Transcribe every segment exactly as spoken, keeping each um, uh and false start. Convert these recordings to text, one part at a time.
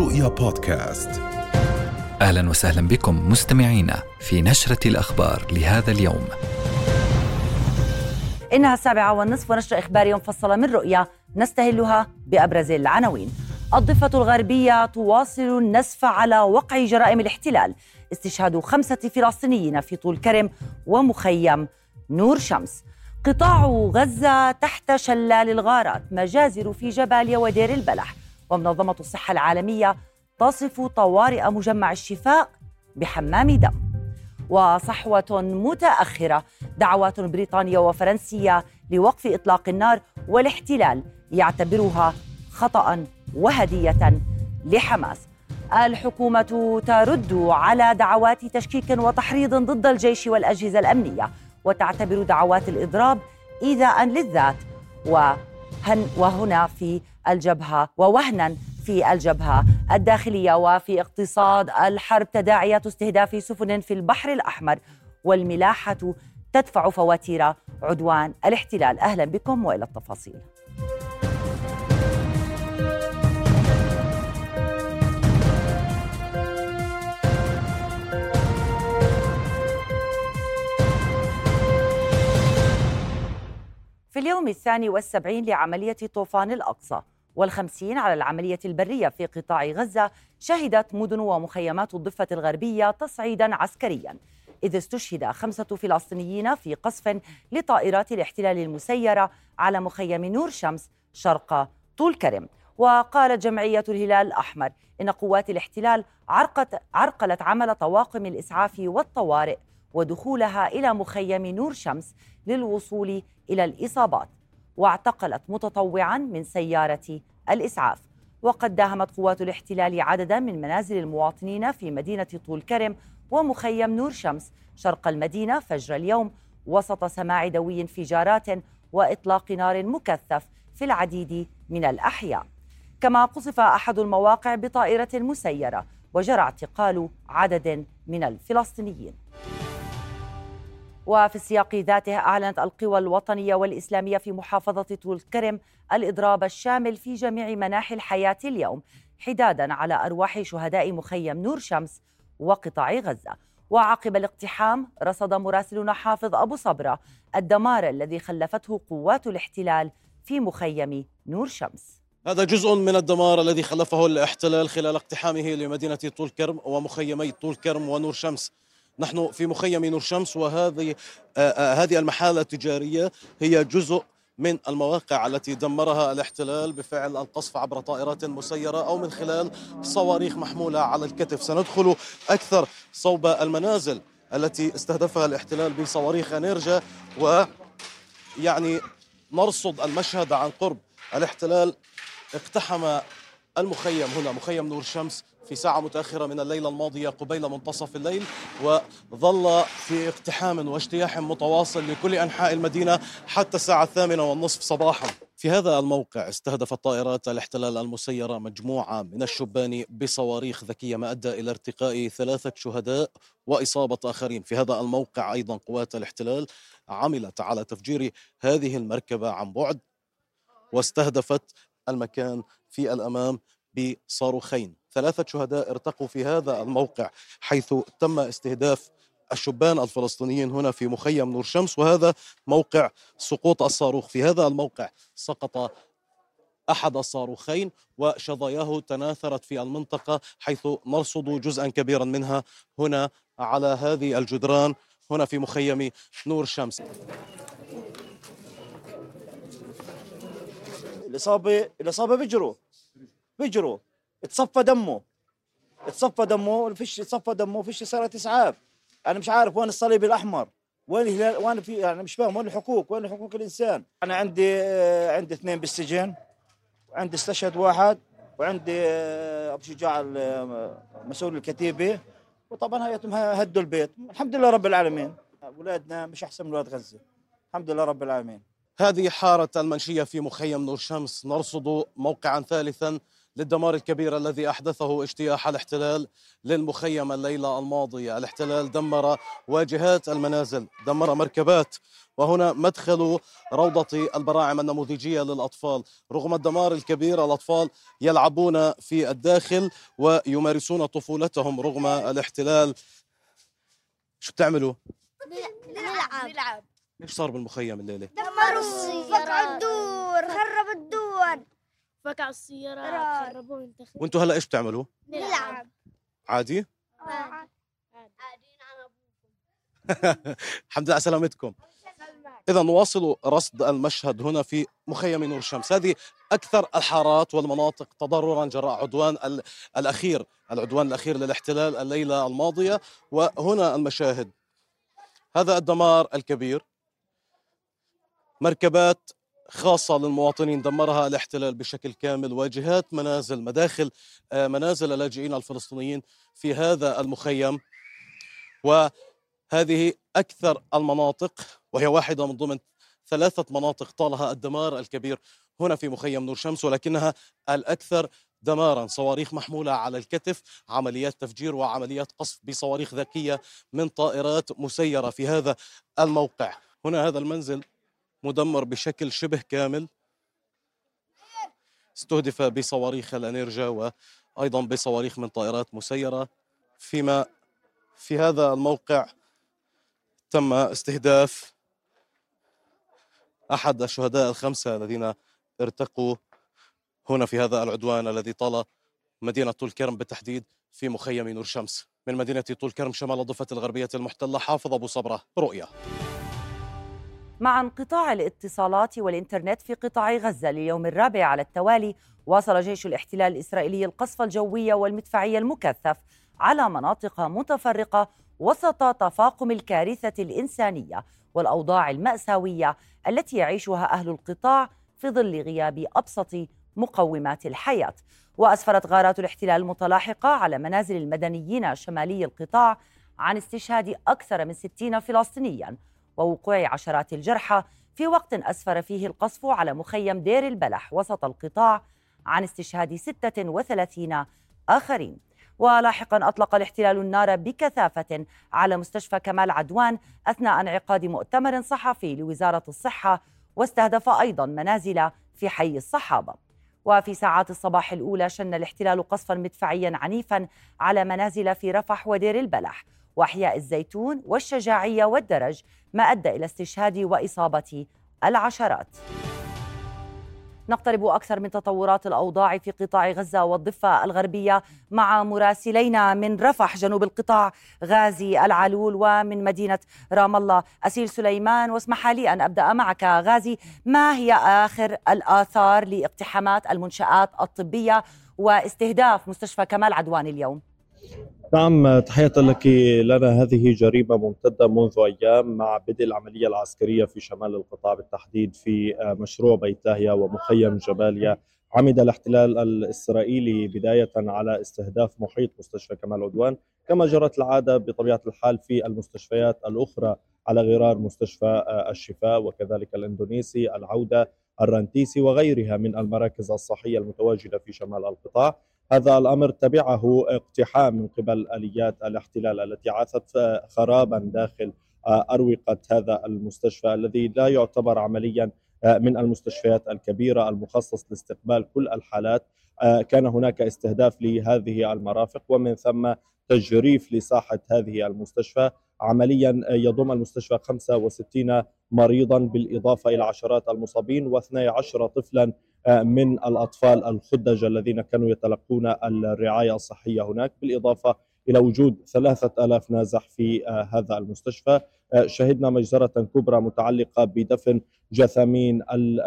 رؤيا بودكاست. أهلا وسهلا بكم مستمعينا في نشرة الأخبار لهذا اليوم. إنها السابعة والنصف ونشرة إخبارية مفصلة من رؤيا نستهلها بأبرز العناوين. الضفة الغربية تواصل النسف على وقع جرائم الاحتلال، استشهاد خمسة فلسطينيين في طول كرم ومخيم نور شمس. قطاع غزة تحت شلال الغارات، مجازر في جباليا ودير البلح. ومنظمة الصحة العالمية تصف طوارئ مجمع الشفاء بحمام دم. وصحوة متأخرة، دعوات بريطانية وفرنسية لوقف إطلاق النار والاحتلال يعتبرها خطأ وهدية لحماس. الحكومة ترد على دعوات تشكيك وتحريض ضد الجيش والأجهزة الأمنية، وتعتبر دعوات الإضراب إيذاء للذات وهن وهنا في الجبهة ووهنا في الجبهة الداخلية. وفي اقتصاد الحرب، تداعيات استهداف سفن في البحر الأحمر، والملاحة تدفع فواتير عدوان الاحتلال. أهلا بكم وإلى التفاصيل. في اليوم الثاني والسبعين لعملية طوفان الأقصى والخمسين على العملية البرية في قطاع غزة، شهدت مدن ومخيمات الضفة الغربية تصعيداً عسكرياً، إذ استشهد خمسة فلسطينيين في قصف لطائرات الاحتلال المسيرة على مخيم نور شمس شرق طول كرم. وقالت جمعية الهلال الأحمر إن قوات الاحتلال عرقت عرقلت عمل طواقم الإسعاف والطوارئ ودخولها إلى مخيم نور شمس للوصول إلى الإصابات، واعتقلت متطوعاً من سيارة الإسعاف. وقد داهمت قوات الاحتلال عدداً من منازل المواطنين في مدينة طول كرم ومخيم نور شمس شرق المدينة فجر اليوم، وسط سماع دوي انفجارات وإطلاق نار مكثف في العديد من الأحياء. كما قصف أحد المواقع بطائرة مسيرة، وجرى اعتقال عدد من الفلسطينيين. وفي السياق ذاته، أعلنت القوى الوطنية والإسلامية في محافظة طول كرم الإضراب الشامل في جميع مناحي الحياة اليوم، حداداً على أرواح شهداء مخيم نور شمس وقطاع غزة. وعقب الاقتحام، رصد مراسلنا حافظ أبو صبرة الدمار الذي خلفته قوات الاحتلال في مخيم نور شمس. هذا جزء من الدمار الذي خلفه الاحتلال خلال اقتحامه لمدينة طول كرم ومخيمي طول كرم ونور شمس. نحن في مخيم نور شمس، وهذه آه هذه المحالة التجارية هي جزء من المواقع التي دمرها الاحتلال بفعل القصف عبر طائرات مسيرة أو من خلال صواريخ محمولة على الكتف. سندخل أكثر صوب المنازل التي استهدفها الاحتلال بصواريخ نيرجا، ويعني نرصد المشهد عن قرب. الاحتلال اقتحم المخيم هنا مخيم نور شمس في ساعة متأخرة من الليلة الماضية قبيل منتصف الليل، وظل في اقتحام واجتياح متواصل لكل أنحاء المدينة حتى الساعة الثامنة والنصف صباحا. في هذا الموقع استهدفت طائرات الاحتلال المسيرة مجموعة من الشبان بصواريخ ذكية، ما أدى إلى ارتقاء ثلاثة شهداء وإصابة آخرين. في هذا الموقع أيضا قوات الاحتلال عملت على تفجير هذه المركبة عن بعد، واستهدفت المكان في الأمام بصاروخين. ثلاثة شهداء ارتقوا في هذا الموقع حيث تم استهداف الشبان الفلسطينيين هنا في مخيم نور شمس، وهذا موقع سقوط الصاروخ. في هذا الموقع سقط أحد الصاروخين وشظاياه تناثرت في المنطقة، حيث نرصد جزءا كبيرا منها هنا على هذه الجدران هنا في مخيم نور شمس. الإصابة الإصابة بيجروا بيجروا اتصفى دمه اتصفى دمه فيش تصفى دمه فيش سيارة إسعاف. أنا مش عارف وين الصليب الأحمر، وين الهلال، وين في يعني مش فاهم وين الحقوق، وين حقوق الإنسان. أنا عندي عندي اثنين بالسجن، وعندي استشهد واحد، وعندي أبو شجاع مسؤول الكتيبة، وطبعا هيتم هدوا البيت. الحمد لله رب العالمين، أولادنا مش أحسن من أولاد غزة، الحمد لله رب العالمين. هذه حارة المنشية في مخيم نور شمس. نرصد موقعا ثالثا للدمار الكبير الذي أحدثه اجتياح الاحتلال للمخيم الليلة الماضية. الاحتلال دمر واجهات المنازل، دمر مركبات، وهنا مدخل روضة البراعم النموذجية للأطفال. رغم الدمار الكبير الأطفال يلعبون في الداخل ويمارسون طفولتهم رغم الاحتلال. شو بتعملوا؟ نلعب نلعب. ايش صار بالمخيم الليلة؟ دمروا، فقعوا الدور، خربوا الدور، فقعوا السيارات، خربوا الانتخابات. وانتوا هلا ايش بتعملوا؟ نلعب عادي؟ عادي. الحمد لله على سلامتكم. إذا نواصل رصد المشهد هنا في مخيم نور الشمس. هذه أكثر الحارات والمناطق تضررا جراء عدوان الأخير العدوان الأخير للاحتلال الليلة الماضية. وهنا المشاهد، هذا الدمار الكبير، مركبات خاصة للمواطنين دمرها الاحتلال بشكل كامل، واجهات منازل، مداخل منازل اللاجئين الفلسطينيين في هذا المخيم. وهذه أكثر المناطق، وهي واحدة من ضمن ثلاثة مناطق طالها الدمار الكبير هنا في مخيم نور شمس، ولكنها الأكثر دمارا. صواريخ محمولة على الكتف، عمليات تفجير وعمليات قصف بصواريخ ذكية من طائرات مسيرة في هذا الموقع. هنا هذا المنزل مدمر بشكل شبه كامل، استهدف بصواريخ الأنيرجا وأيضا بصواريخ من طائرات مسيرة. فيما في هذا الموقع تم استهداف أحد الشهداء الخمسة الذين ارتقوا هنا في هذا العدوان الذي طال مدينة طول كرم، بالتحديد في مخيم نور شمس. من مدينة طول كرم شمال الضفة الغربية المحتلة، حافظ أبو صبرة، رؤيا. مع انقطاع الاتصالات والإنترنت في قطاع غزة لليوم الرابع على التوالي، واصل جيش الاحتلال الإسرائيلي القصف الجوي والمدفعي المكثف على مناطق متفرقة وسط تفاقم الكارثة الإنسانية والأوضاع المأساوية التي يعيشها أهل القطاع في ظل غياب أبسط مقومات الحياة. وأسفرت غارات الاحتلال المتلاحقة على منازل المدنيين شمالي القطاع عن استشهاد أكثر من ستين فلسطينياً ووقوع عشرات الجرحى، في وقت أسفر فيه القصف على مخيم دير البلح وسط القطاع عن استشهاد ستة وثلاثين آخرين. ولاحقا أطلق الاحتلال النار بكثافة على مستشفى كمال عدوان أثناء انعقاد مؤتمر صحفي لوزارة الصحة، واستهدف أيضا منازل في حي الصحابة. وفي ساعات الصباح الأولى شن الاحتلال قصفا مدفعيا عنيفا على منازل في رفح ودير البلح وأحياء الزيتون والشجاعية والدرج، ما أدى إلى استشهاد وإصابة العشرات. نقترب أكثر من تطورات الأوضاع في قطاع غزة والضفة الغربية مع مراسلينا من رفح جنوب القطاع غازي العلول، ومن مدينة رام الله أسيل سليمان. واسمح لي أن أبدأ معك غازي، ما هي آخر الآثار لاقتحامات المنشآت الطبية واستهداف مستشفى كمال عدوان اليوم؟ نعم، تحية لك. لنا هذه جريمة ممتدة منذ أيام مع بدء العملية العسكرية في شمال القطاع، بالتحديد في مشروع بيت لاهيا ومخيم جباليا. عمد الاحتلال الإسرائيلي بداية على استهداف محيط مستشفى كمال عدوان، كما جرت العادة بطبيعة الحال في المستشفيات الأخرى على غرار مستشفى الشفاء وكذلك الإندونيسي، العودة، الرنتيسي وغيرها من المراكز الصحية المتواجدة في شمال القطاع. هذا الأمر تبعه اقتحام من قبل آليات الاحتلال التي عاثت خرابا داخل أروقة هذا المستشفى الذي لا يعتبر عمليا من المستشفيات الكبيرة المخصص لاستقبال كل الحالات. كان هناك استهداف لهذه المرافق ومن ثم تجريف لساحة هذه المستشفى. عمليا يضم المستشفى خمسة وستين مريضا بالإضافة إلى عشرات المصابين واثني عشر طفلا من الأطفال الخدج الذين كانوا يتلقون الرعاية الصحية هناك، بالإضافة إلى وجود ثلاثة آلاف نازح في هذا المستشفى. شهدنا مجزرة كبرى متعلقة بدفن جثامين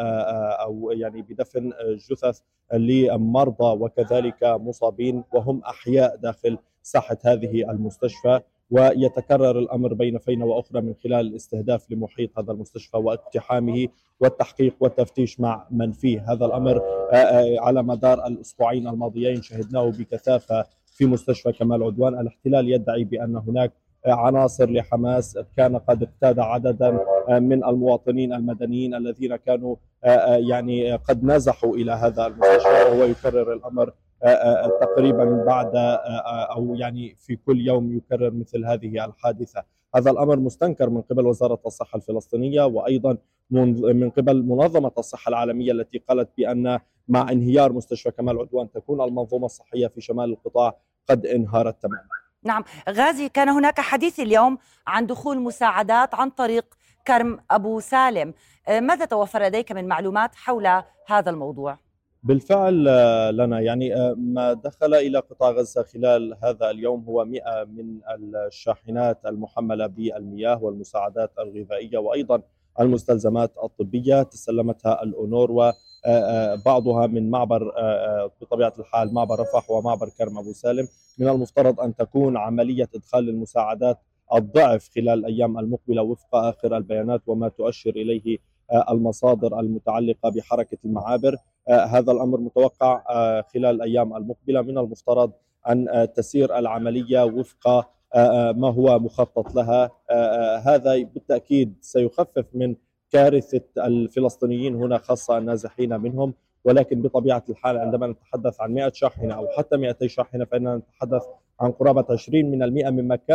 أو يعني بدفن جثث لمرضى وكذلك مصابين وهم أحياء داخل ساحة هذه المستشفى. ويتكرر الأمر بين فينة وأخرى من خلال الاستهداف لمحيط هذا المستشفى واقتحامه والتحقيق والتفتيش مع من فيه. هذا الأمر على مدار الأسبوعين الماضيين شهدناه بكثافة في مستشفى كمال عدوان. الاحتلال يدعي بأن هناك عناصر لحماس كان قد اقتاد عددا من المواطنين المدنيين الذين كانوا يعني قد نزحوا إلى هذا المستشفى، وهو يكرر الأمر تقريبا بعد أو يعني في كل يوم يكرر مثل هذه الحادثة. هذا الأمر مستنكر من قبل وزارة الصحة الفلسطينية، وأيضا من قبل منظمة الصحة العالمية التي قالت بأن مع انهيار مستشفى كمال عدوان تكون المنظومة الصحية في شمال القطاع قد انهارت تماما. نعم غازي، كان هناك حديث اليوم عن دخول مساعدات عن طريق كرم أبو سالم، ماذا توفر لديك من معلومات حول هذا الموضوع؟ بالفعل لنا يعني ما دخل إلى قطاع غزة خلال هذا اليوم هو مئة من الشاحنات المحملة بالمياه والمساعدات الغذائية وأيضا المستلزمات الطبية تسلمتها الأونروا، بعضها من معبر بطبيعة الحال معبر رفح ومعبر كرم أبو سالم. من المفترض أن تكون عملية إدخال المساعدات الضعف خلال الأيام المقبلة وفق آخر البيانات وما تؤشر إليه المصادر المتعلقة بحركة المعابر. هذا الأمر متوقع خلال الأيام المقبلة. من المفترض أن تسير العملية وفق ما هو مخطط لها. هذا بالتأكيد سيخفف من كارثة الفلسطينيين هنا، خاصة النازحين منهم، ولكن بطبيعة الحال عندما نتحدث عن مئة شاحنة أو حتى مئتي شاحنة فإننا نتحدث عن قرابة عشرين من المئة مما كان.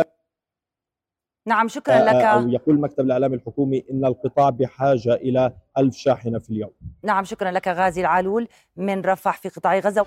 نعم شكرا لك. أو يقول مكتب الإعلام الحكومي إن القطاع بحاجة إلى ألف شاحنة في اليوم. نعم شكرا لك غازي العالول من رفح في قطاع غزة.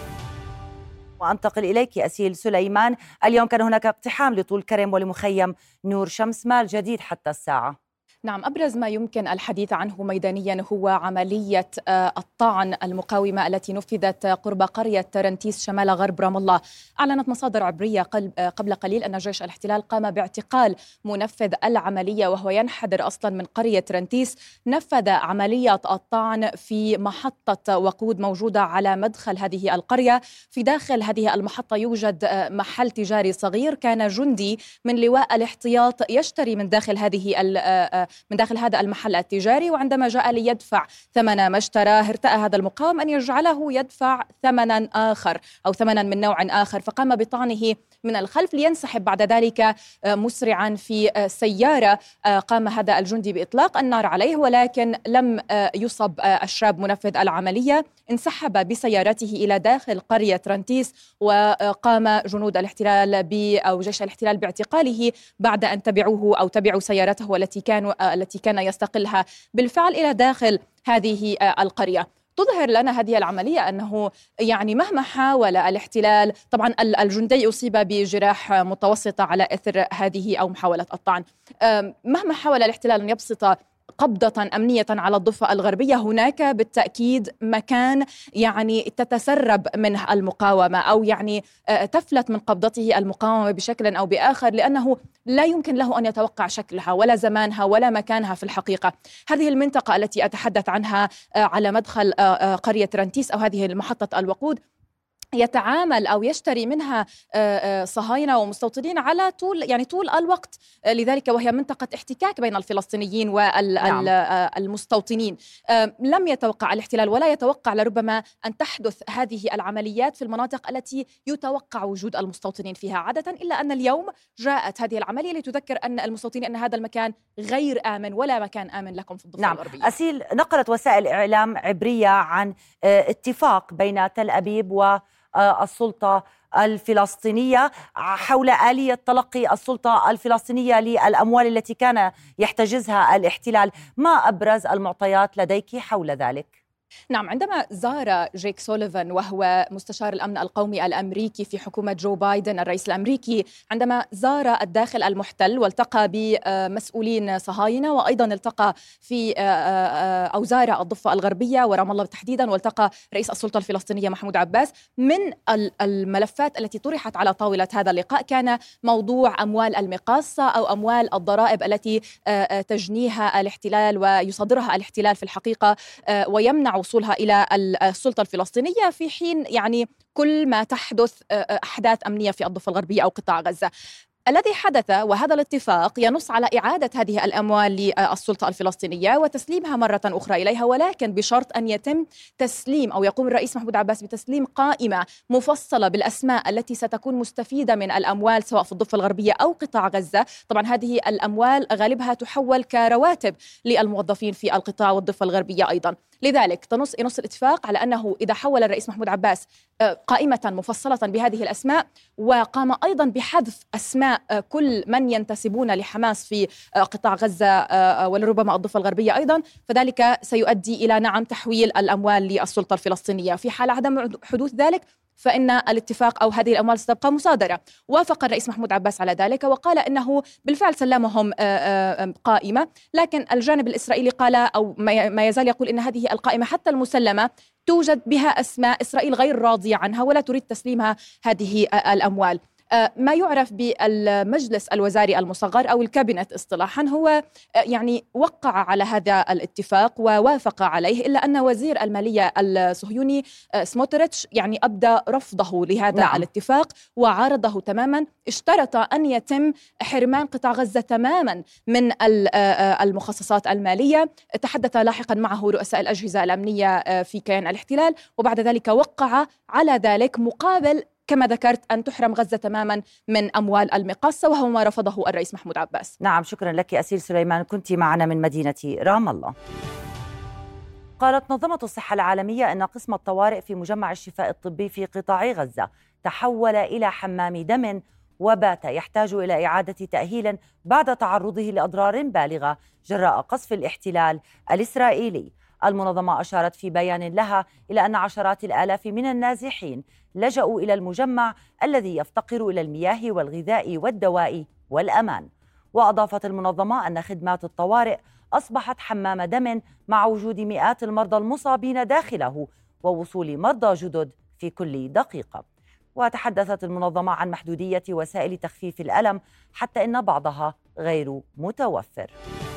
وأنتقل إليك أسيل سليمان، اليوم كان هناك اقتحام لطول كرم ولمخيم نور شمس، ما الجديد حتى الساعة؟ نعم، أبرز ما يمكن الحديث عنه ميدانيا هو عملية الطعن المقاومة التي نفذت قرب قرية رنتيس شمال غرب رام الله. أعلنت مصادر عبرية قبل قليل أن جيش الاحتلال قام باعتقال منفذ العملية وهو ينحدر أصلا من قرية رنتيس. نفذ عملية الطعن في محطة وقود موجودة على مدخل هذه القرية. في داخل هذه المحطة يوجد محل تجاري صغير، كان جندي من لواء الاحتياط يشتري من داخل هذه من داخل هذا المحل التجاري، وعندما جاء ليدفع ثمن ما اشتراه ارتأى هذا المقاوم أن يجعله يدفع ثمنا آخر أو ثمنا من نوع آخر، فقام بطعنه من الخلف لينسحب بعد ذلك مسرعا في سيارة. قام هذا الجندي بإطلاق النار عليه ولكن لم يصب الشاب منفذ العملية، انسحب بسيارته إلى داخل قرية رنتيس، وقام جنود الاحتلال ب أو جيش الاحتلال باعتقاله بعد أن تبعوه أو تبعوا سيارته التي كانوا التي كان يستقلها بالفعل إلى داخل هذه القرية. تظهر لنا هذه العملية أنه يعني مهما حاول الاحتلال، طبعا الجندي أصيب بجراح متوسطة على إثر هذه أو محاولة الطعن، مهما حاول الاحتلال أن يبسط قبضة أمنية على الضفة الغربية، هناك بالتأكيد مكان يعني تتسرب منه المقاومة أو يعني تفلت من قبضته المقاومة بشكل أو بآخر، لأنه لا يمكن له أن يتوقع شكلها ولا زمانها ولا مكانها في الحقيقة. هذه المنطقة التي أتحدث عنها على مدخل قرية رنتيس أو هذه محطة الوقود يتعامل أو يشتري منها صهاينة ومستوطنين على طول يعني طول الوقت، لذلك وهي منطقة احتكاك بين الفلسطينيين والمستوطنين. لم يتوقع الاحتلال ولا يتوقع لربما أن تحدث هذه العمليات في المناطق التي يتوقع وجود المستوطنين فيها عادة، إلا أن اليوم جاءت هذه العملية لتذكر أن المستوطنين أن هذا المكان غير آمن ولا مكان آمن لكم في الضفة نعم. الغربية. أسيل، نقلت وسائل إعلام عبرية عن اتفاق بين تل أبيب و السلطة الفلسطينية حول آلية تلقي السلطة الفلسطينية للأموال التي كان يحتجزها الاحتلال، ما أبرز المعطيات لديك حول ذلك؟ نعم، عندما زار جيك سوليفان وهو مستشار الأمن القومي الأمريكي في حكومة جو بايدن الرئيس الأمريكي، عندما زار الداخل المحتل والتقى بمسؤولين صهاينة وأيضا التقى في أو زار الضفة الغربية ورام الله تحديدا والتقى رئيس السلطة الفلسطينية محمود عباس، من الملفات التي طرحت على طاولة هذا اللقاء كان موضوع أموال المقاصة أو أموال الضرائب التي تجنيها الاحتلال ويصدرها الاحتلال في الحقيقة ويمنع وصولها إلى السلطة الفلسطينية في حين يعني كل ما تحدث أحداث أمنية في الضفة الغربية أو قطاع غزة. الذي حدث وهذا الاتفاق ينص على إعادة هذه الأموال للسلطة الفلسطينية وتسليمها مرة أخرى إليها، ولكن بشرط أن يتم تسليم أو يقوم الرئيس محمود عباس بتسليم قائمة مفصلة بالأسماء التي ستكون مستفيدة من الأموال سواء في الضفة الغربية أو قطاع غزة. طبعا هذه الأموال غالبها تحول كرواتب للموظفين في القطاع والضفة الغربية أيضا. لذلك تنص ينص الاتفاق على أنه إذا حول الرئيس محمود عباس قائمة مفصلة بهذه الأسماء، وقام أيضا بحذف أسماء كل من ينتسبون لحماس في قطاع غزة ولربما الضفة الغربية أيضا، فذلك سيؤدي إلى نعم تحويل الأموال للسلطة الفلسطينية. في حال عدم حدوث ذلك فإن الاتفاق أو هذه الأموال ستبقى مصادرة. وافق الرئيس محمود عباس على ذلك وقال إنه بالفعل سلمهم قائمة، لكن الجانب الإسرائيلي قال أو ما يزال يقول إن هذه القائمة حتى المسلمة توجد بها أسماء إسرائيل غير راضية عنها ولا تريد تسليمها هذه الأموال. ما يعرف بالمجلس الوزاري المصغر أو الكابينت اصطلاحا هو يعني وقع على هذا الاتفاق ووافق عليه، إلا أن وزير المالية الصهيوني سموتريتش يعني أبدى رفضه لهذا نعم. الاتفاق وعارضه تماما، اشترط أن يتم حرمان قطاع غزة تماما من المخصصات المالية. تحدث لاحقا معه رؤساء الأجهزة الأمنية في كيان الاحتلال، وبعد ذلك وقع على ذلك مقابل كما ذكرت أن تحرم غزة تماما من أموال المقاصة، وهو ما رفضه الرئيس محمود عباس. نعم، شكرا لك أسيل سليمان، كنت معنا من مدينة رام الله. قالت منظمة الصحة العالمية أن قسم الطوارئ في مجمع الشفاء الطبي في قطاع غزة تحول إلى حمام دم، وبات يحتاج إلى إعادة تأهيل بعد تعرضه لأضرار بالغة جراء قصف الاحتلال الإسرائيلي. المنظمة أشارت في بيان لها إلى أن عشرات الآلاف من النازحين لجأوا إلى المجمع الذي يفتقر إلى المياه والغذاء والدواء والأمان. وأضافت المنظمة أن خدمات الطوارئ أصبحت حمام دم مع وجود مئات المرضى المصابين داخله ووصول مرضى جدد في كل دقيقة. وتحدثت المنظمة عن محدودية وسائل تخفيف الألم حتى إن بعضها غير متوفر.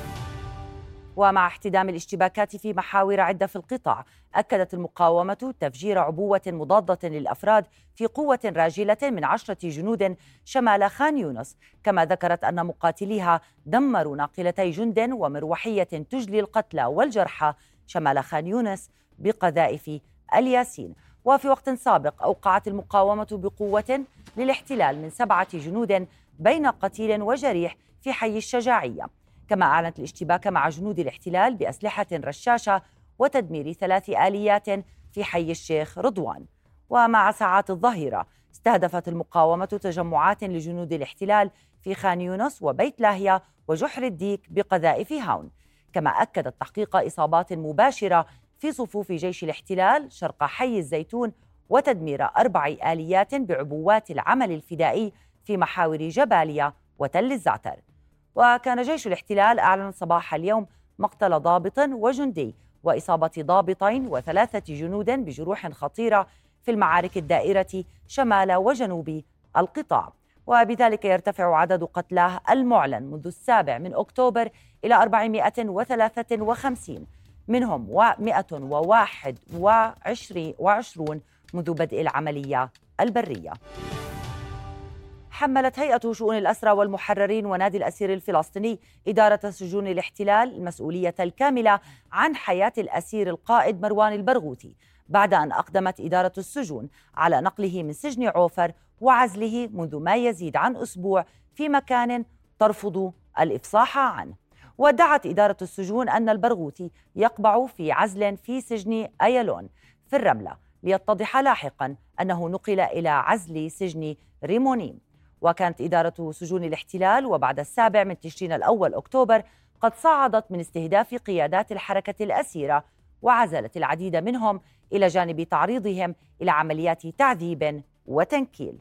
ومع احتدام الاشتباكات في محاور عدة في القطاع، أكدت المقاومة تفجير عبوة مضادة للأفراد في قوة راجلة من عشرة جنود شمال خان يونس، كما ذكرت أن مقاتليها دمروا ناقلتي جند ومروحية تجلي القتلى والجرحى شمال خان يونس بقذائف الياسين. وفي وقت سابق أوقعت المقاومة بقوة للاحتلال من سبعة جنود بين قتيل وجريح في حي الشجاعية، كما أعلنت الاشتباك مع جنود الاحتلال بأسلحة رشاشة وتدمير ثلاث آليات في حي الشيخ رضوان. ومع ساعات الظهيرة استهدفت المقاومة تجمعات لجنود الاحتلال في خان يونس وبيت لاهيا وجحر الديك بقذائف هاون، كما أكدت تحقيق إصابات مباشرة في صفوف جيش الاحتلال شرق حي الزيتون وتدمير أربع آليات بعبوات العمل الفدائي في محاور جباليا وتل الزعتر. وكان جيش الاحتلال أعلن صباح اليوم مقتل ضابط وجندي وإصابة ضابطين وثلاثة جنود بجروح خطيرة في المعارك الدائرة شمال وجنوب القطاع، وبذلك يرتفع عدد قتلاه المعلن منذ السابع من أكتوبر إلى أربعمائة وثلاثة وخمسين، منهم مئة وواحد وعشرون منذ بدء العملية البرية. حملت هيئة شؤون الأسرى والمحررين ونادي الأسير الفلسطيني إدارة سجون الاحتلال المسؤولية الكاملة عن حياة الأسير القائد مروان البرغوثي، بعد أن أقدمت إدارة السجون على نقله من سجن عوفر وعزله منذ ما يزيد عن أسبوع في مكان ترفض الإفصاح عنه. وادعت إدارة السجون أن البرغوثي يقبع في عزل في سجن أيالون في الرملة، ليتضح لاحقا أنه نقل إلى عزل سجن ريمونيم. وكانت إدارة سجون الاحتلال وبعد السابع من تشرين الأول أكتوبر قد صعدت من استهداف قيادات الحركة الأسيرة وعزلت العديد منهم إلى جانب تعريضهم إلى عمليات تعذيب وتنكيل.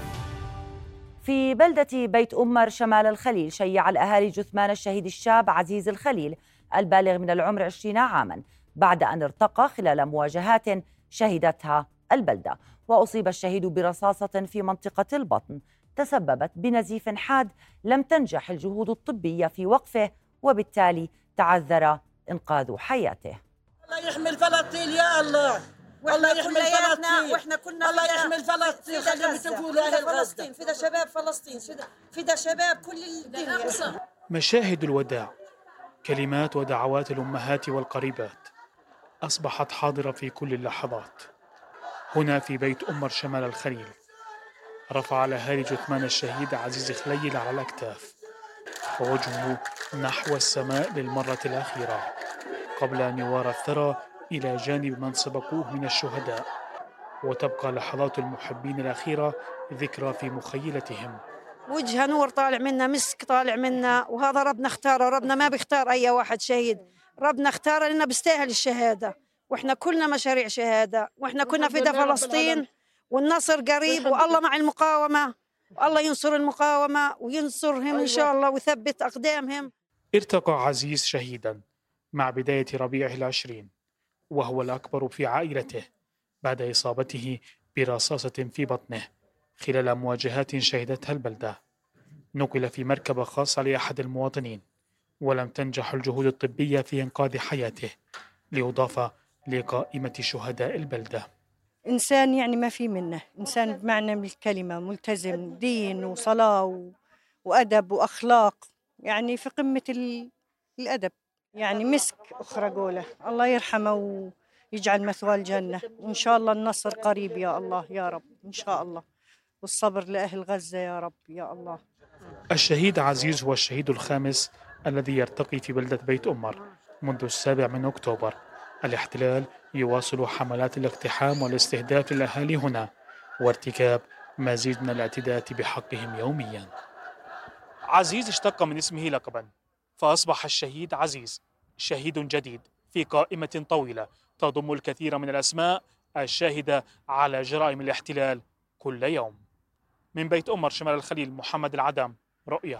في بلدة بيت أمر شمال الخليل شيع الأهالي جثمان الشهيد الشاب عزيز الخليل البالغ من العمر عشرين عاما بعد أن ارتقى خلال مواجهات شهدتها البلدة، وأصيب الشهيد برصاصة في منطقة البطن تسببت بنزيف حاد لم تنجح الجهود الطبية في وقفه، وبالتالي تعذر إنقاذ حياته. الله يحمي فلسطين يا الله، الله يحمي فلسطين، واحنا كنا الله يحمي فلسطين، خلينا تقولوا اهل غزة، فدا شباب فلسطين، فدا شباب كل الدنيا. مشاهد الوداع، كلمات ودعوات الأمهات والقريبات أصبحت حاضرة في كل اللحظات. هنا في بيت أمر شمال الخليل رفع الأهالي جثمان الشهيد عزيز خليل على الأكتاف ووجهه نحو السماء للمرة الأخيرة قبل أن يوارى الثرى إلى جانب من سبقوه من الشهداء، وتبقى لحظات المحبين الأخيرة ذكرى في مخيلتهم. وجهه نور طالع منا، مسك طالع منا، وهذا ربنا اختاره. ربنا ما بيختار أي واحد شهيد، ربنا اختاره لأنه بيستاهل الشهادة، وإحنا كلنا مشاريع شهادة، وإحنا كنا فدا فلسطين، والنصر قريب، والله مع المقاومة، والله ينصر المقاومة وينصرهم إن شاء الله ويثبت أقدامهم. ارتقى عزيز شهيدا مع بداية ربيعه العشرين، وهو الأكبر في عائلته بعد إصابته برصاصة في بطنه خلال مواجهات شهدتها البلدة. نقل في مركبة خاصة لأحد المواطنين، ولم تنجح الجهود الطبية في إنقاذ حياته، ليضاف لقائمة شهداء البلدة. إنسان يعني ما في منه، إنسان بمعنى من الكلمة، ملتزم دين وصلاة و... وأدب وأخلاق، يعني في قمة ال... الأدب، يعني مسك أخرى قوله. الله يرحمه ويجعل مثواه الجنة، وإن شاء الله النصر قريب يا الله يا رب، إن شاء الله، والصبر لأهل غزة يا رب يا الله. الشهيد عزيز هو الشهيد الخامس الذي يرتقي في بلدة بيت أمر منذ السابع من أكتوبر. الاحتلال يواصل حملات الاقتحام والاستهداف للأهالي هنا، وارتكاب مزيد من الاعتداءات بحقهم يوميا. عزيز اشتق من اسمه لقبا، فأصبح الشهيد عزيز شهيد جديد في قائمة طويلة تضم الكثير من الأسماء الشاهدة على جرائم الاحتلال كل يوم. من بيت أمر شمال الخليل، محمد العدم، رؤيا.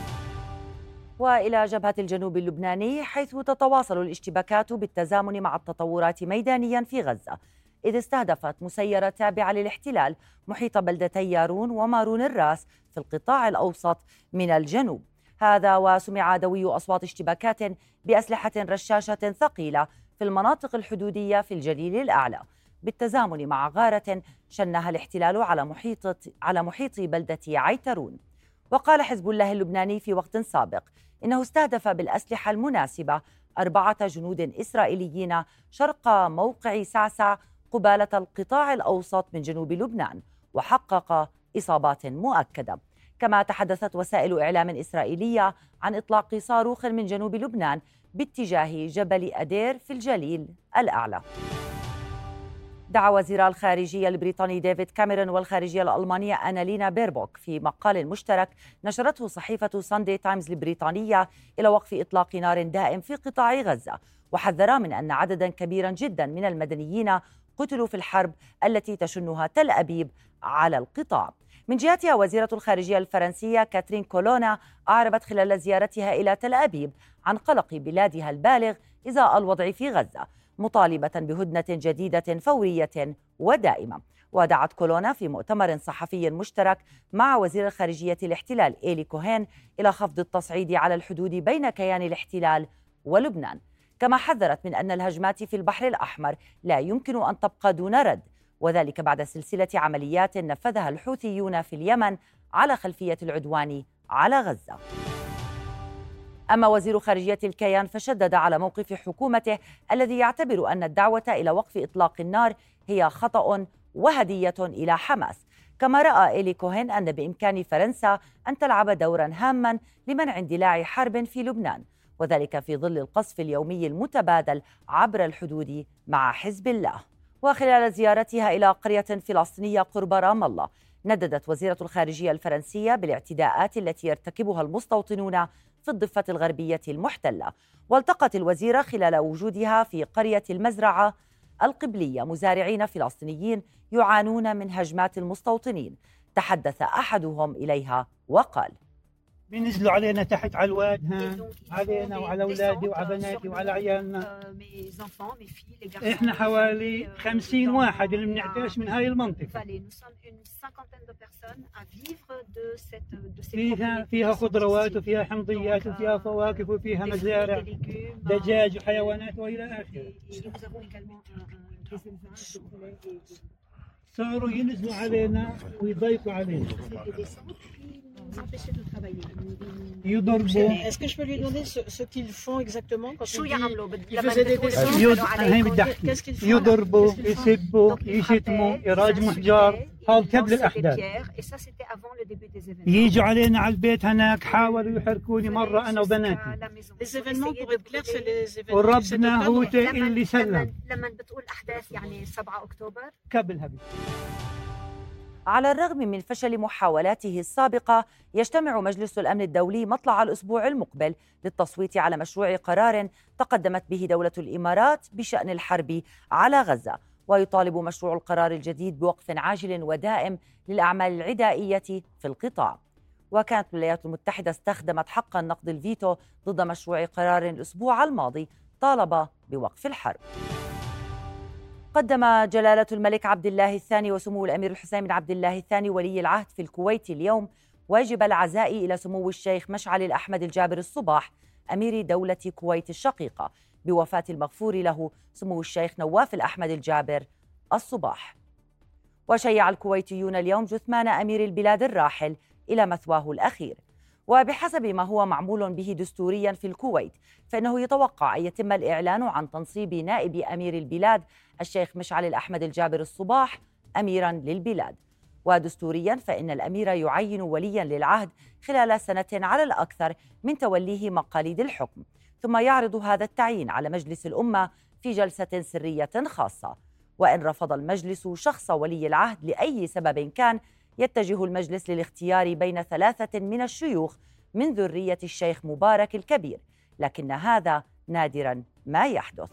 وإلى جبهة الجنوب اللبناني، حيث تتواصل الاشتباكات بالتزامن مع التطورات ميدانيا في غزة، إذ استهدفت مسيرة تابعة للاحتلال محيط بلدتي يارون ومارون الراس في القطاع الأوسط من الجنوب. هذا وسمع دوي أصوات اشتباكات بأسلحة رشاشة ثقيلة في المناطق الحدودية في الجليل الأعلى، بالتزامن مع غارة شنها الاحتلال على محيط على محيط بلدة عيترون. وقال حزب الله اللبناني في وقت سابق إنه استهدف بالأسلحة المناسبة أربعة جنود إسرائيليين شرق موقع سعسع قبالة القطاع الأوسط من جنوب لبنان، وحقق إصابات مؤكدة. كما تحدثت وسائل إعلام إسرائيلية عن إطلاق صاروخ من جنوب لبنان باتجاه جبل أدير في الجليل الأعلى. دعا وزير الخارجية البريطاني ديفيد كاميرون والخارجية الألمانية أنالينا بيربوك في مقال مشترك نشرته صحيفة ساندي تايمز البريطانية إلى وقف إطلاق نار دائم في قطاع غزة، وحذرا من أن عددا كبيرا جدا من المدنيين قتلوا في الحرب التي تشنها تل أبيب على القطاع. من جهتها وزيرة الخارجية الفرنسية كاترين كولونا أعربت خلال زيارتها إلى تل أبيب عن قلق بلادها البالغ إزاء الوضع في غزة، مطالبة بهدنة جديدة فورية ودائمة. ودعت كولونا في مؤتمر صحفي مشترك مع وزير الخارجية الاحتلال إيلي كوهين إلى خفض التصعيد على الحدود بين كيان الاحتلال ولبنان. كما حذرت من أن الهجمات في البحر الأحمر لا يمكن أن تبقى دون رد، وذلك بعد سلسلة عمليات نفذها الحوثيون في اليمن على خلفية العدوان على غزة. أما وزير خارجية الكيان فشدد على موقف حكومته الذي يعتبر أن الدعوة إلى وقف إطلاق النار هي خطأ وهدية إلى حماس. كما رأى إيلي كوهين أن بإمكان فرنسا أن تلعب دورا هاما لمنع اندلاع حرب في لبنان، وذلك في ظل القصف اليومي المتبادل عبر الحدود مع حزب الله. وخلال زيارتها إلى قرية فلسطينية قرب رام الله، نددت وزيرة الخارجية الفرنسية بالاعتداءات التي يرتكبها المستوطنون في الضفة الغربية المحتلة. والتقت الوزيرة خلال وجودها في قرية المزرعة القبلية مزارعين فلسطينيين يعانون من هجمات المستوطنين. تحدث أحدهم إليها وقال: بينزلوا علينا تحت على الواد، ها علينا وعلى أولادي وعلى بناتي وعلى عيالنا. إحنا حوالي خمسين واحد اللي بنعتاش من هاي المنطقة. فيها فيها خضروات وفيها حمضيات وفيها فواكه وفيها مزارع دجاج وحيوانات وإلى آخره. صاروا ينزلوا علينا ويضيقوا علينا. يضربوا. Est-ce que je peux lui demander ce, ce qu'ils font exactement quand شو il dit يعملوا؟ il faisait des dessins يض... هي بدي احكي. Qu'est-ce qu'ils font يضربوا، يسبوا، يشتموا، يراجموا حجار. هذا قبل الاحداث. يجوا علينا على البيت هناك، حاولوا يحركوني مره انا وبناتي. Les événements pour être clair c'est les événements وربنا هو اللي سلم. لما بتقول احداث يعني سبعة أكتوبر قبلها. على الرغم من فشل محاولاته السابقة، يجتمع مجلس الأمن الدولي مطلع الأسبوع المقبل للتصويت على مشروع قرار تقدمت به دولة الإمارات بشأن الحرب على غزة، ويطالب مشروع القرار الجديد بوقف عاجل ودائم للأعمال العدائية في القطاع. وكانت الولايات المتحدة استخدمت حق النقد الفيتو ضد مشروع قرار الأسبوع الماضي طالب بوقف الحرب. قدم جلالة الملك عبد الله الثاني وسمو الأمير الحسين بن عبد الله الثاني ولي العهد في الكويت اليوم واجب العزاء إلى سمو الشيخ مشعل الأحمد الجابر الصباح أمير دولة كويت الشقيقة بوفاة المغفور له سمو الشيخ نواف الأحمد الجابر الصباح. وشيع الكويتيون اليوم جثمان أمير البلاد الراحل إلى مثواه الأخير. وبحسب ما هو معمول به دستوريا في الكويت فإنه يتوقع أن يتم الإعلان عن تنصيب نائب أمير البلاد الشيخ مشعل الأحمد الجابر الصباح أميرا للبلاد. ودستوريا فإن الأمير يعين وليا للعهد خلال سنة على الأكثر من توليه مقاليد الحكم، ثم يعرض هذا التعيين على مجلس الأمة في جلسة سرية خاصة. وإن رفض المجلس شخص ولي العهد لأي سبب كان، يتجه المجلس للاختيار بين ثلاثة من الشيوخ من ذرية الشيخ مبارك الكبير، لكن هذا نادرا ما يحدث.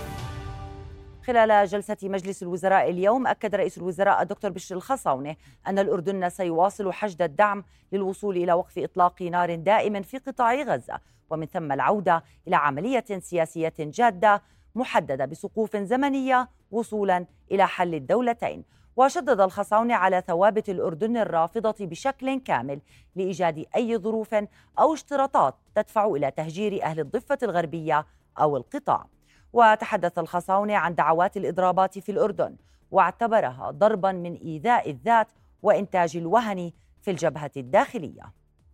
خلال جلسة مجلس الوزراء اليوم أكد رئيس الوزراء الدكتور بشر الخصاونة أن الأردن سيواصل حشد الدعم للوصول إلى وقف إطلاق نار دائم في قطاع غزة، ومن ثم العودة إلى عملية سياسية جادة محددة بسقوف زمنية وصولا إلى حل الدولتين. وشدد الخصاونة على ثوابت الأردن الرافضة بشكل كامل لإيجاد أي ظروف أو اشتراطات تدفع إلى تهجير أهل الضفة الغربية أو القطاع. وتحدث الخصاونة عن دعوات الإضرابات في الأردن واعتبرها ضربا من إيذاء الذات وإنتاج الوهن في الجبهة الداخلية.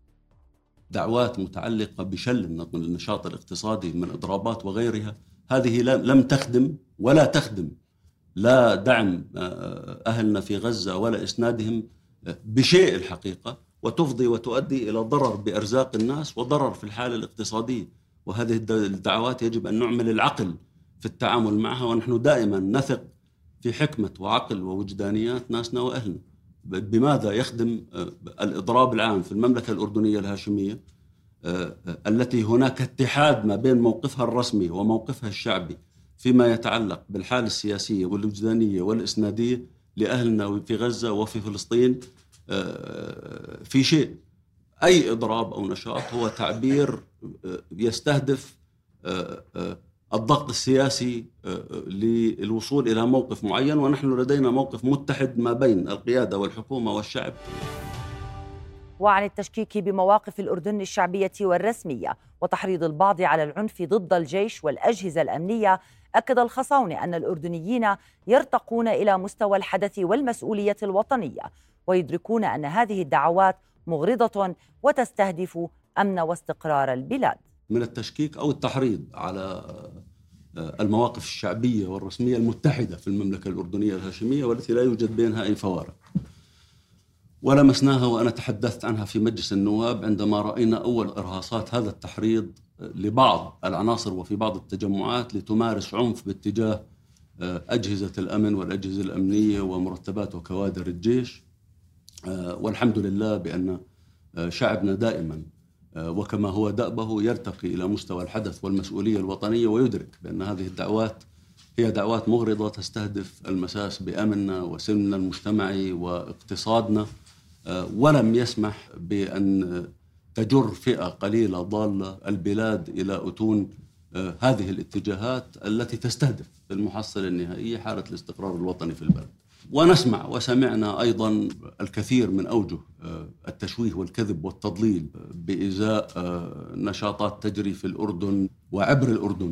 دعوات متعلقة بشل النشاط الاقتصادي من إضرابات وغيرها، هذه لم تخدم ولا تخدم لا دعم أهلنا في غزة ولا إسنادهم بشيء الحقيقة، وتفضي وتؤدي إلى ضرر بأرزاق الناس وضرر في الحالة الاقتصادية. وهذه الدعوات يجب أن نعمل العقل في التعامل معها، ونحن دائما نثق في حكمة وعقل ووجدانيات ناسنا وأهلنا. بماذا يخدم الإضراب العام في المملكة الأردنية الهاشمية التي هناك اتحاد ما بين موقفها الرسمي وموقفها الشعبي فيما يتعلق بالحالة السياسية والوجدانية والإسنادية لأهلنا في غزة وفي فلسطين في شيء؟ أي إضراب أو نشاط هو تعبير يستهدف الضغط السياسي للوصول إلى موقف معين، ونحن لدينا موقف متحد ما بين القيادة والحكومة والشعب. وعن التشكيك بمواقف الأردن الشعبية والرسمية وتحريض البعض على العنف ضد الجيش والأجهزة الأمنية، أكد الخصاونة أن الأردنيين يرتقون إلى مستوى الحدث والمسؤولية الوطنية، ويدركون أن هذه الدعوات مغرضة وتستهدف أمن واستقرار البلاد. من التشكيك أو التحريض على المواقف الشعبية والرسمية المتحدة في المملكة الأردنية الهاشمية والتي لا يوجد بينها أي فوارق، ولمسناها وأنا تحدثت عنها في مجلس النواب عندما رأينا أول إرهاصات هذا التحريض لبعض العناصر وفي بعض التجمعات لتمارس عنف باتجاه أجهزة الأمن والأجهزة الأمنية ومرتبات وكوادر الجيش. والحمد لله بأن شعبنا دائما وكما هو دأبه يرتقي إلى مستوى الحدث والمسؤولية الوطنية، ويدرك بأن هذه الدعوات هي دعوات مغرضة تستهدف المساس بأمننا وسلمنا المجتمعي واقتصادنا، ولم يسمح بأن تجر فئة قليلة ضالة البلاد إلى أتون هذه الاتجاهات التي تستهدف في المحصلة النهائية حالة الاستقرار الوطني في البلد. ونسمع وسمعنا أيضا الكثير من أوجه التشويه والكذب والتضليل بإزاء نشاطات تجري في الأردن وعبر الأردن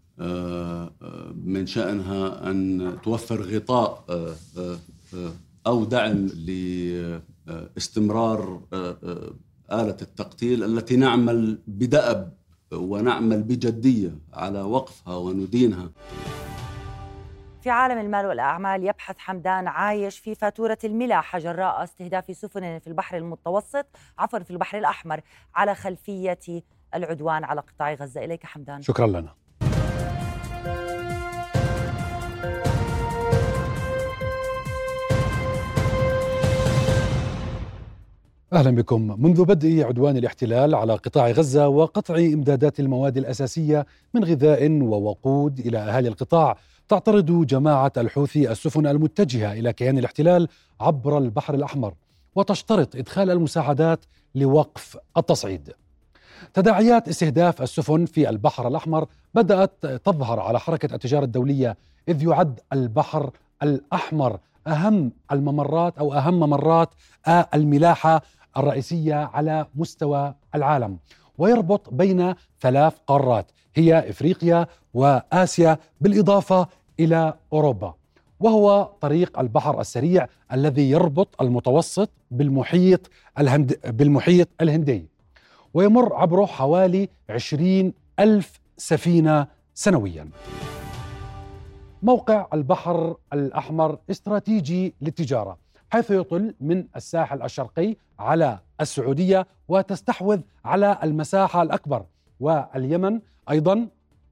من شأنها أن توفر غطاء أو دعم لاستمرار آلة التقتيل التي نعمل بدأب ونعمل بجدية على وقفها وندينها. في عالم المال والأعمال يبحث حمدان عايش في فاتورة الملاحة جراء استهداف سفن في البحر المتوسط عفوا في البحر الأحمر على خلفية العدوان على قطاع غزة. إليك حمدان. شكرا لنا. أهلا بكم. منذ بدء عدوان الاحتلال على قطاع غزة وقطع إمدادات المواد الأساسية من غذاء ووقود إلى أهالي القطاع، تعترض جماعة الحوثي السفن المتجهة إلى كيان الاحتلال عبر البحر الأحمر، وتشترط إدخال المساعدات لوقف التصعيد. تداعيات استهداف السفن في البحر الأحمر بدأت تظهر على حركة التجارة الدولية، إذ يعد البحر الأحمر أهم الممرات أو أهم ممرات الملاحة الرئيسية على مستوى العالم، ويربط بين ثلاث قارات هي إفريقيا وآسيا بالإضافة إلى أوروبا، وهو طريق البحر السريع الذي يربط المتوسط بالمحيط الهند بالمحيط الهندي، ويمر عبره حوالي عشرين ألف سفينة سنويا. موقع البحر الأحمر استراتيجي للتجارة، حيث يطل من الساحل الشرقي على السعودية وتستحوذ على المساحة الأكبر، واليمن أيضا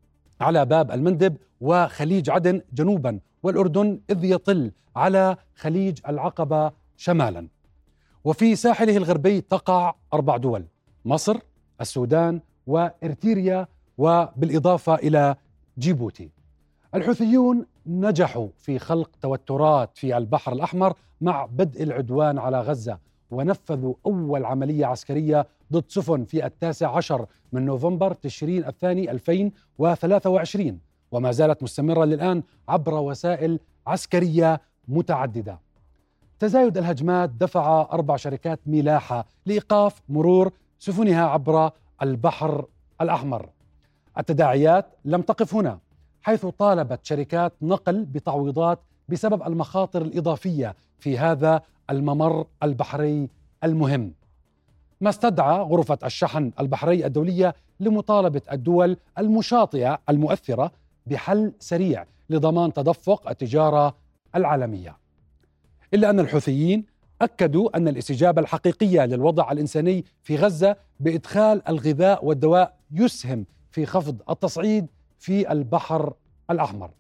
على باب المندب وخليج عدن جنوبا، والأردن إذ يطل على خليج العقبة شمالا. وفي ساحله الغربي تقع أربع دول: مصر، السودان، وإرتريا، وبالإضافة إلى جيبوتي. الحوثيون نجحوا في خلق توترات في البحر الأحمر مع بدء العدوان على غزة، ونفذوا أول عملية عسكرية ضد سفن في التاسع عشر من نوفمبر تشرين الثاني ألفين وثلاثة وعشرين، وما زالت مستمرة للآن عبر وسائل عسكرية متعددة. تزايد الهجمات دفع أربع شركات ملاحة لإيقاف مرور سفنها عبر البحر الأحمر. التداعيات لم تقف هنا، حيث طالبت شركات نقل بتعويضات بسبب المخاطر الإضافية في هذا الممر البحري المهم، ما استدعى غرفة الشحن البحري الدولية لمطالبة الدول المشاطئة المؤثرة بحل سريع لضمان تدفق التجارة العالمية. إلا أن الحوثيين أكدوا أن الاستجابة الحقيقية للوضع الإنساني في غزة بإدخال الغذاء والدواء يسهم في خفض التصعيد في البحر الأحمر.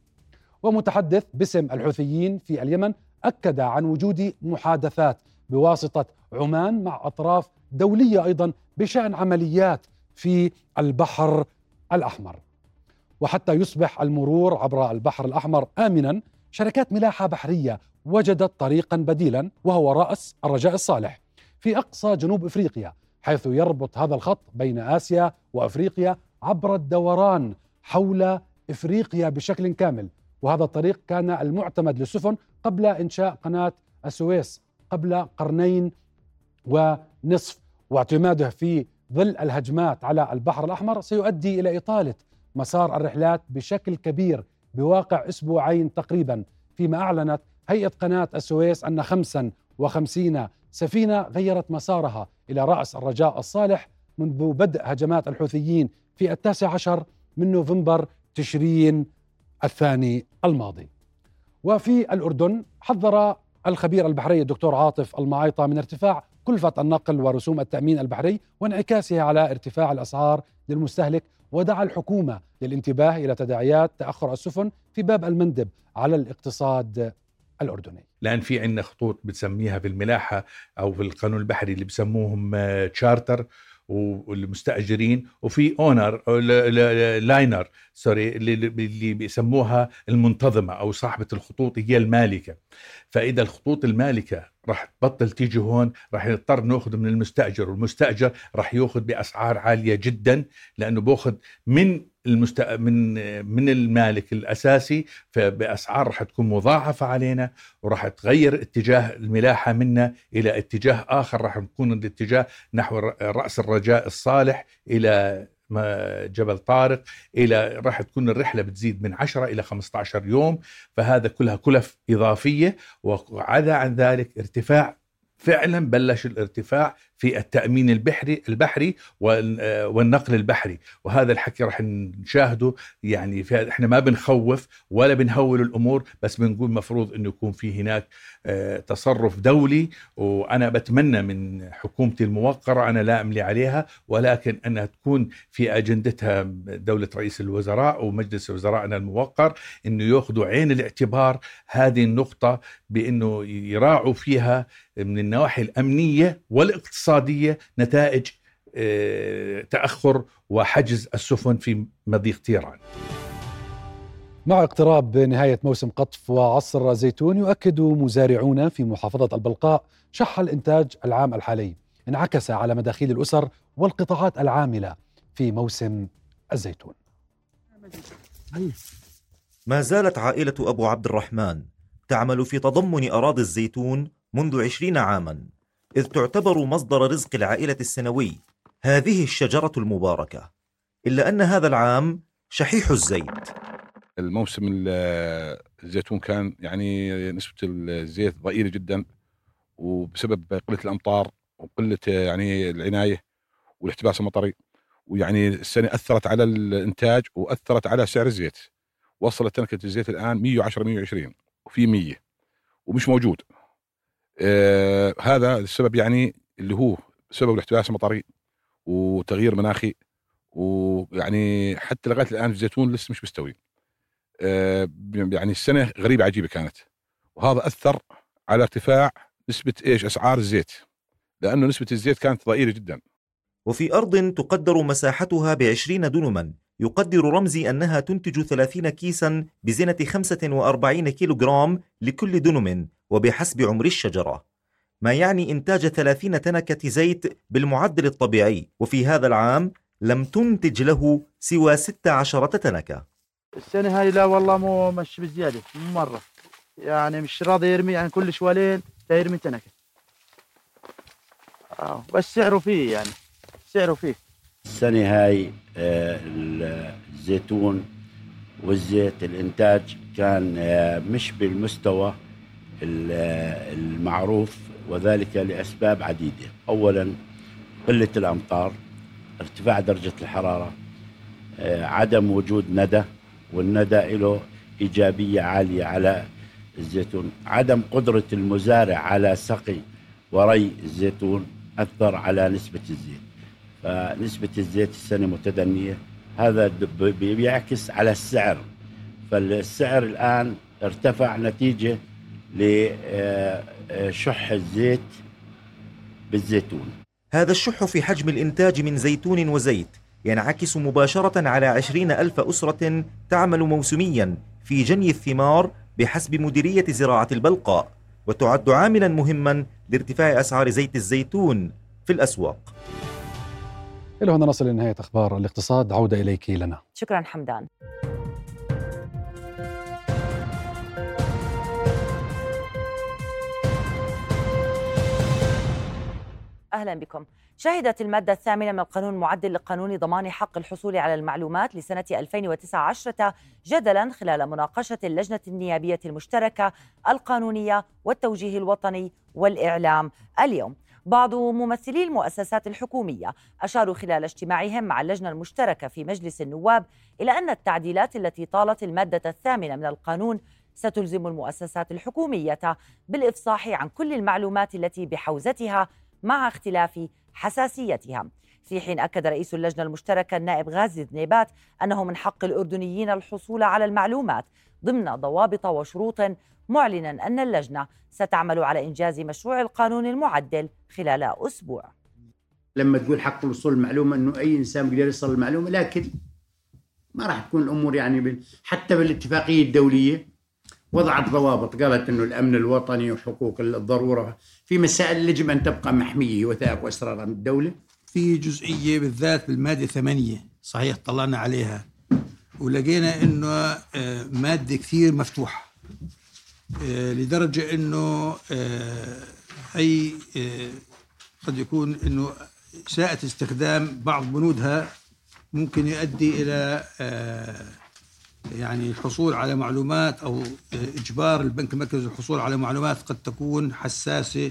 ومتحدث باسم الحوثيين في اليمن أكد عن وجود محادثات بواسطة عمان مع أطراف دولية أيضا بشأن عمليات في البحر الأحمر. وحتى يصبح المرور عبر البحر الأحمر آمنا، شركات ملاحة بحرية وجدت طريقا بديلا، وهو رأس الرجاء الصالح في أقصى جنوب إفريقيا، حيث يربط هذا الخط بين آسيا وأفريقيا عبر الدوران حول إفريقيا بشكل كامل. وهذا الطريق كان المعتمد للسفن قبل إنشاء قناة السويس قبل قرنين ونصف، واعتماده في ظل الهجمات على البحر الأحمر سيؤدي إلى إطالة مسار الرحلات بشكل كبير بواقع أسبوعين تقريبا، فيما أعلنت هيئة قناة السويس أن خمسة وخمسين سفينة غيرت مسارها إلى رأس الرجاء الصالح منذ بدء هجمات الحوثيين في التاسع عشر من نوفمبر تشرين الثاني الماضي. وفي الأردن حذر الخبير البحري الدكتور عاطف المعايطة من ارتفاع كلفة النقل ورسوم التأمين البحري وانعكاسها على ارتفاع الأسعار للمستهلك، ودعا الحكومة للانتباه إلى تداعيات تأخر السفن في باب المندب على الاقتصاد الأردني. لأن في عندنا خطوط بتسميها في الملاحة أو في القانون البحري اللي بسموهم تشارتر والمستأجرين، وفي اونر لاينر سوري اللي بيسموها المنتظمة أو صاحبة الخطوط هي المالكة. فإذا الخطوط المالكة راح تبطل تيجي هون راح نضطر ناخذ من المستأجر، والمستأجر راح ياخذ بأسعار عالية جدا لأنه باخذ من المست... من من المالك الأساسي، فبأسعار راح تكون مضاعفة علينا، وراح تغير اتجاه الملاحة منا إلى اتجاه آخر، راح نكون الاتجاه نحو رأس الرجاء الصالح إلى جبل طارق، إلى راح تكون الرحلة بتزيد من عشرة إلى خمسة عشر يوم. فهذا كلها كلف إضافية، وعدا عن ذلك ارتفاع فعلا بلش الارتفاع في التأمين البحري البحري والنقل البحري، وهذا الحكي رح نشاهده. يعني في احنا ما بنخوف ولا بنهول الأمور، بس بنقول مفروض انه يكون في هناك تصرف دولي. وأنا بتمنى من حكومتي الموقرة، أنا لا أملي عليها، ولكن أنها تكون في أجندتها دولة رئيس الوزراء ومجلس وزرائنا الموقر، انه ياخذوا عين الاعتبار هذه النقطة، بانه يراعوا فيها من النواحي الأمنية والاقتصادية نتائج تأخر وحجز السفن في مضيق تيران. مع اقتراب نهاية موسم قطف وعصر زيتون، يؤكد مزارعون في محافظة البلقاء شح الإنتاج العام الحالي انعكس على مداخيل الأسر والقطاعات العاملة في موسم الزيتون. ما زالت عائلة أبو عبد الرحمن تعمل في تضمن أراضي الزيتون منذ عشرين عاما، إذ تعتبر مصدر رزق العائلة السنوي هذه الشجرة المباركة، إلا أن هذا العام شحيح الزيت. الموسم الزيتون كان يعني نسبة الزيت ضئيلة جدا، وبسبب قلة الأمطار وقلة يعني العناية والاحتباس المطري، ويعني السنة أثرت على الإنتاج وأثرت على سعر الزيت. وصلت تنكة الزيت الآن مية وعشرة مية وعشرين وفي مية ومش موجود. آه هذا السبب يعني اللي هو سبب الاحتباس المطري وتغيير مناخي، ويعني حتى لغاية الآن الزيتون لسه مش مستوي. آه يعني السنة غريبة عجيبة كانت، وهذا أثر على ارتفاع نسبة إيش أسعار الزيت، لأنه نسبة الزيت كانت ضئيلة جدا. وفي أرض تقدر مساحتها بعشرين دنما، يقدر رمزي أنها تنتج ثلاثين كيسا بزنة خمسة وأربعين كيلوغرام لكل دنم، وبحسب عمر الشجرة، ما يعني إنتاج ثلاثين تنكة زيت بالمعدل الطبيعي. وفي هذا العام لم تنتج له سوى ستة عشرة تنكة. السنة هاي لا والله مو مش بزيادة مرة، يعني مش راضي يرمي، يعني كل شوالين يرمي تنكة. آه بس سعره فيه، يعني سعره فيه. السنة هاي آه الزيتون والزيت الإنتاج كان آه مش بالمستوى المعروف، وذلك لأسباب عديدة. أولا قلة الأمطار، ارتفاع درجة الحرارة، آه عدم وجود ندى، والندى له إيجابية عالية على الزيتون. عدم قدرة المزارع على سقي وري الزيتون أثر على نسبة الزيت، فنسبة الزيت السنة متدنية. هذا بيعكس على السعر، فالسعر الآن ارتفع نتيجة لشح الزيت بالزيتون. هذا الشح في حجم الإنتاج من زيتون وزيت ينعكس مباشرة على عشرين ألف أسرة تعمل موسميا في جني الثمار بحسب مديرية زراعة البلقاء، وتعد عاملا مهما لارتفاع أسعار زيت الزيتون في الأسواق. إلى هنا نصل لنهاية أخبار الاقتصاد. عودة إليك لنا. شكرا حمدان. أهلا بكم. شهدت المادة الثامنة من القانون المعدل لقانون ضمان حق الحصول على المعلومات لسنة ألفين وتسعة عشر جدلا خلال مناقشة اللجنة النيابية المشتركة القانونية والتوجيه الوطني والإعلام اليوم. بعض ممثلي المؤسسات الحكومية أشاروا خلال اجتماعهم مع اللجنة المشتركة في مجلس النواب إلى أن التعديلات التي طالت المادة الثامنة من القانون ستلزم المؤسسات الحكومية بالإفصاح عن كل المعلومات التي بحوزتها مع اختلاف حساسيتها، في حين أكد رئيس اللجنة المشتركة النائب غازي ذنيبات أنه من حق الأردنيين الحصول على المعلومات ضمن ضوابط وشروط، معلنا أن اللجنة ستعمل على إنجاز مشروع القانون المعدل خلال أسبوع. لما تقول حق الوصول المعلومة أنه أي إنسان يقدر يوصل المعلومة، لكن ما راح تكون الأمور يعني حتى بالاتفاقية الدولية وضعت ضوابط، قالت أنه الأمن الوطني وحقوق الضرورة في مسائل يجب أن تبقى محمية وثائق وأسرار عن الدولة. في جزئية بالذات بالمادة ثمانية صحيح طلعنا عليها ولقينا أنه مادة كثير مفتوحة، لدرجة أنه أي قد يكون أنه إساءة استخدام بعض بنودها ممكن يؤدي إلى يعني الحصول على معلومات أو إجبار البنك المركزي الحصول على معلومات قد تكون حساسة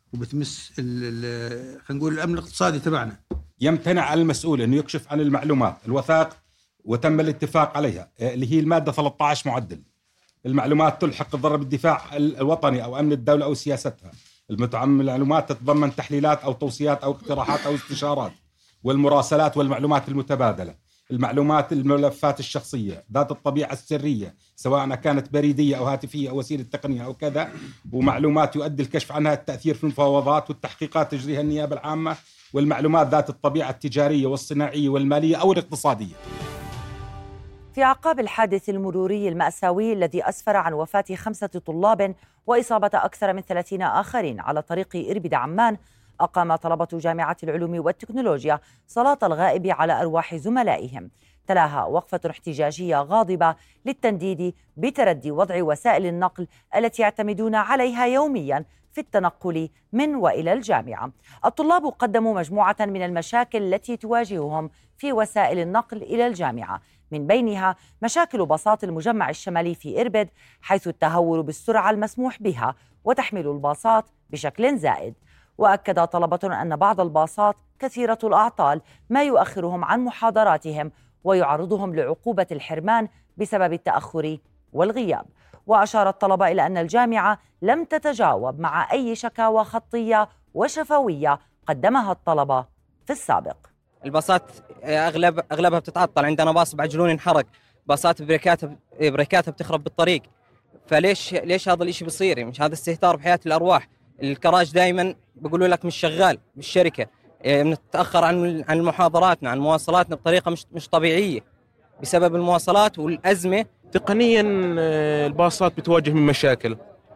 وبتمس خلينا نقول الأمن الاقتصادي تبعنا. يمتنع المسؤول أنه يكشف عن المعلومات الوثائق وتم الاتفاق عليها اللي هي المادة ثلاثة عشر معدل. المعلومات تلحق الضرر بالدفاع الوطني أو أمن الدولة أو سياستها. المعلومات تتضمن تحليلات أو توصيات أو اقتراحات أو استشارات، والمراسلات والمعلومات المتبادلة. المعلومات الملفات الشخصية ذات الطبيعة السرية سواء كانت بريدية أو هاتفية أو وسيلة تقنية أو كذا، ومعلومات يؤدي الكشف عنها التأثير في المفاوضات والتحقيقات تجريها النيابة العامة، والمعلومات ذات الطبيعة التجارية والصناعية والمالية أو الاقتصادية. في أعقاب الحادث المروري المأساوي الذي أسفر عن وفاة خمسة طلاب وإصابة أكثر من ثلاثين آخرين على طريق إربد عمان، أقام طلبة جامعة العلوم والتكنولوجيا صلاة الغائب على أرواح زملائهم. تلاها وقفة احتجاجية غاضبة للتنديد بتردي وضع وسائل النقل التي يعتمدون عليها يومياً في التنقل من وإلى الجامعة. الطلاب قدموا مجموعة من المشاكل التي تواجههم في وسائل النقل إلى الجامعة، من بينها مشاكل باصات المجمع الشمالي في إربد، حيث التهور بالسرعة المسموح بها وتحمل الباصات بشكل زائد. وأكد طلبة أن بعض الباصات كثيرة الأعطال، ما يؤخرهم عن محاضراتهم ويعرضهم لعقوبة الحرمان بسبب التأخر والغياب. وأشار الطلبة إلى أن الجامعة لم تتجاوب مع أي شكاوى خطية وشفوية قدمها الطلبة في السابق. الباصات أغلب أغلبها بتتعطل، عندنا باص بعجلون انحرق، باصات بريكاتها بريكاتها بتخرب بالطريق. فليش ليش هذا الشيء بيصير؟ مش هذا استهتار بحياة الأرواح؟ الكراج دائما بيقولوا لك مش شغال بالشركة، بنتأخر عن عن محاضراتنا عن مواصلاتنا بطريقة مش مش طبيعية بسبب المواصلات والأزمة. تقنيا الباصات بتواجه من مشاكل،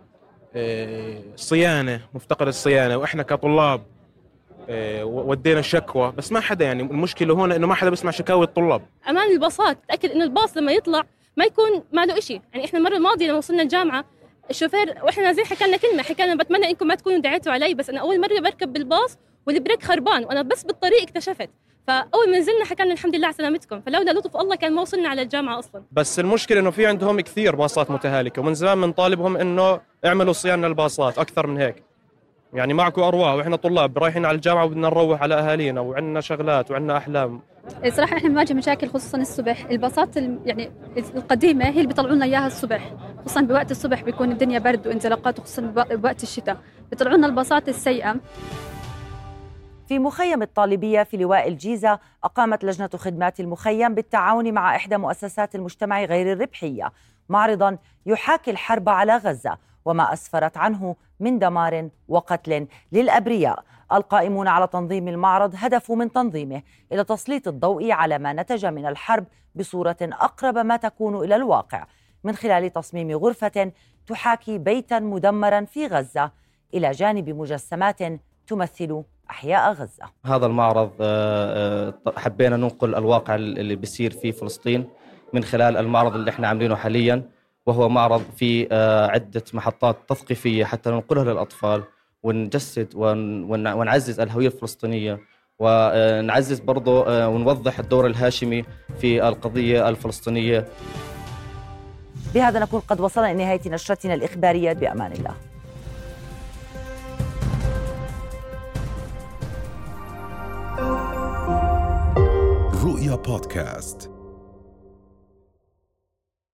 الصيانة مفتقد الصيانة، وإحنا كطلاب ودينا شكوى بس ما حدا، يعني المشكلة هنا إنه ما حدا بيسمع شكاوي الطلاب. أمان الباصات، تأكد إنه الباص لما يطلع ما يكون ما له إشي. يعني إحنا المرة الماضية لما وصلنا الجامعة الشوفير واحنا نازلين حكى لنا كلمه، حكى لنا بتمنى انكم ما تكونوا دعيتوا علي، بس انا اول مره بركب بالباص والبريك خربان وانا بس بالطريق اكتشفت. فاول ما نزلنا حكى لنا الحمد لله على سلامتكم، فلولا لطف الله كان ما وصلنا على الجامعه اصلا. بس المشكله انه في عندهم كثير باصات متهالكه، ومن زمان بنطالبهم انه اعملوا صيانه للباصات اكثر من هيك. يعني معكم ارواح واحنا طلاب رايحين على الجامعه وبدنا نروح على اهالينا وعندنا شغلات وعندنا احلام. الصراحه احنا بنواجه مشاكل خصوصا الصبح، الباصات يعني القديمه هي اللي بيطلعوا لنا اياها الصبح، خصوصا بوقت الصبح بيكون الدنيا برد وانزلاقات، وخصوصا بوقت الشتاء بيطلعوا لنا الباصات السيئه. في مخيم الطالبية في لواء الجيزة، أقامت لجنة خدمات المخيم بالتعاون مع إحدى مؤسسات المجتمع غير الربحية معرضاً يحاكي الحرب على غزة وما أسفرت عنه من دمار وقتل للأبرياء. القائمون على تنظيم المعرض هدفوا من تنظيمه إلى تسليط الضوء على ما نتج من الحرب بصورة أقرب ما تكون إلى الواقع، من خلال تصميم غرفة تحاكي بيتاً مدمراً في غزة إلى جانب مجسمات تمثل أحياء غزة. هذا المعرض حبينا ننقل الواقع اللي بيصير في فلسطين من خلال المعرض اللي احنا عاملينه حالياً، وهو معرض في عدة محطات تثقيفية حتى ننقلها للأطفال ونجسد ونعزز الهوية الفلسطينية، ونعزز برضه ونوضح الدور الهاشمي في القضية الفلسطينية. بهذا نكون قد وصلنا لنهاية نشرتنا الإخبارية، بأمان الله. رؤيا بودكاست.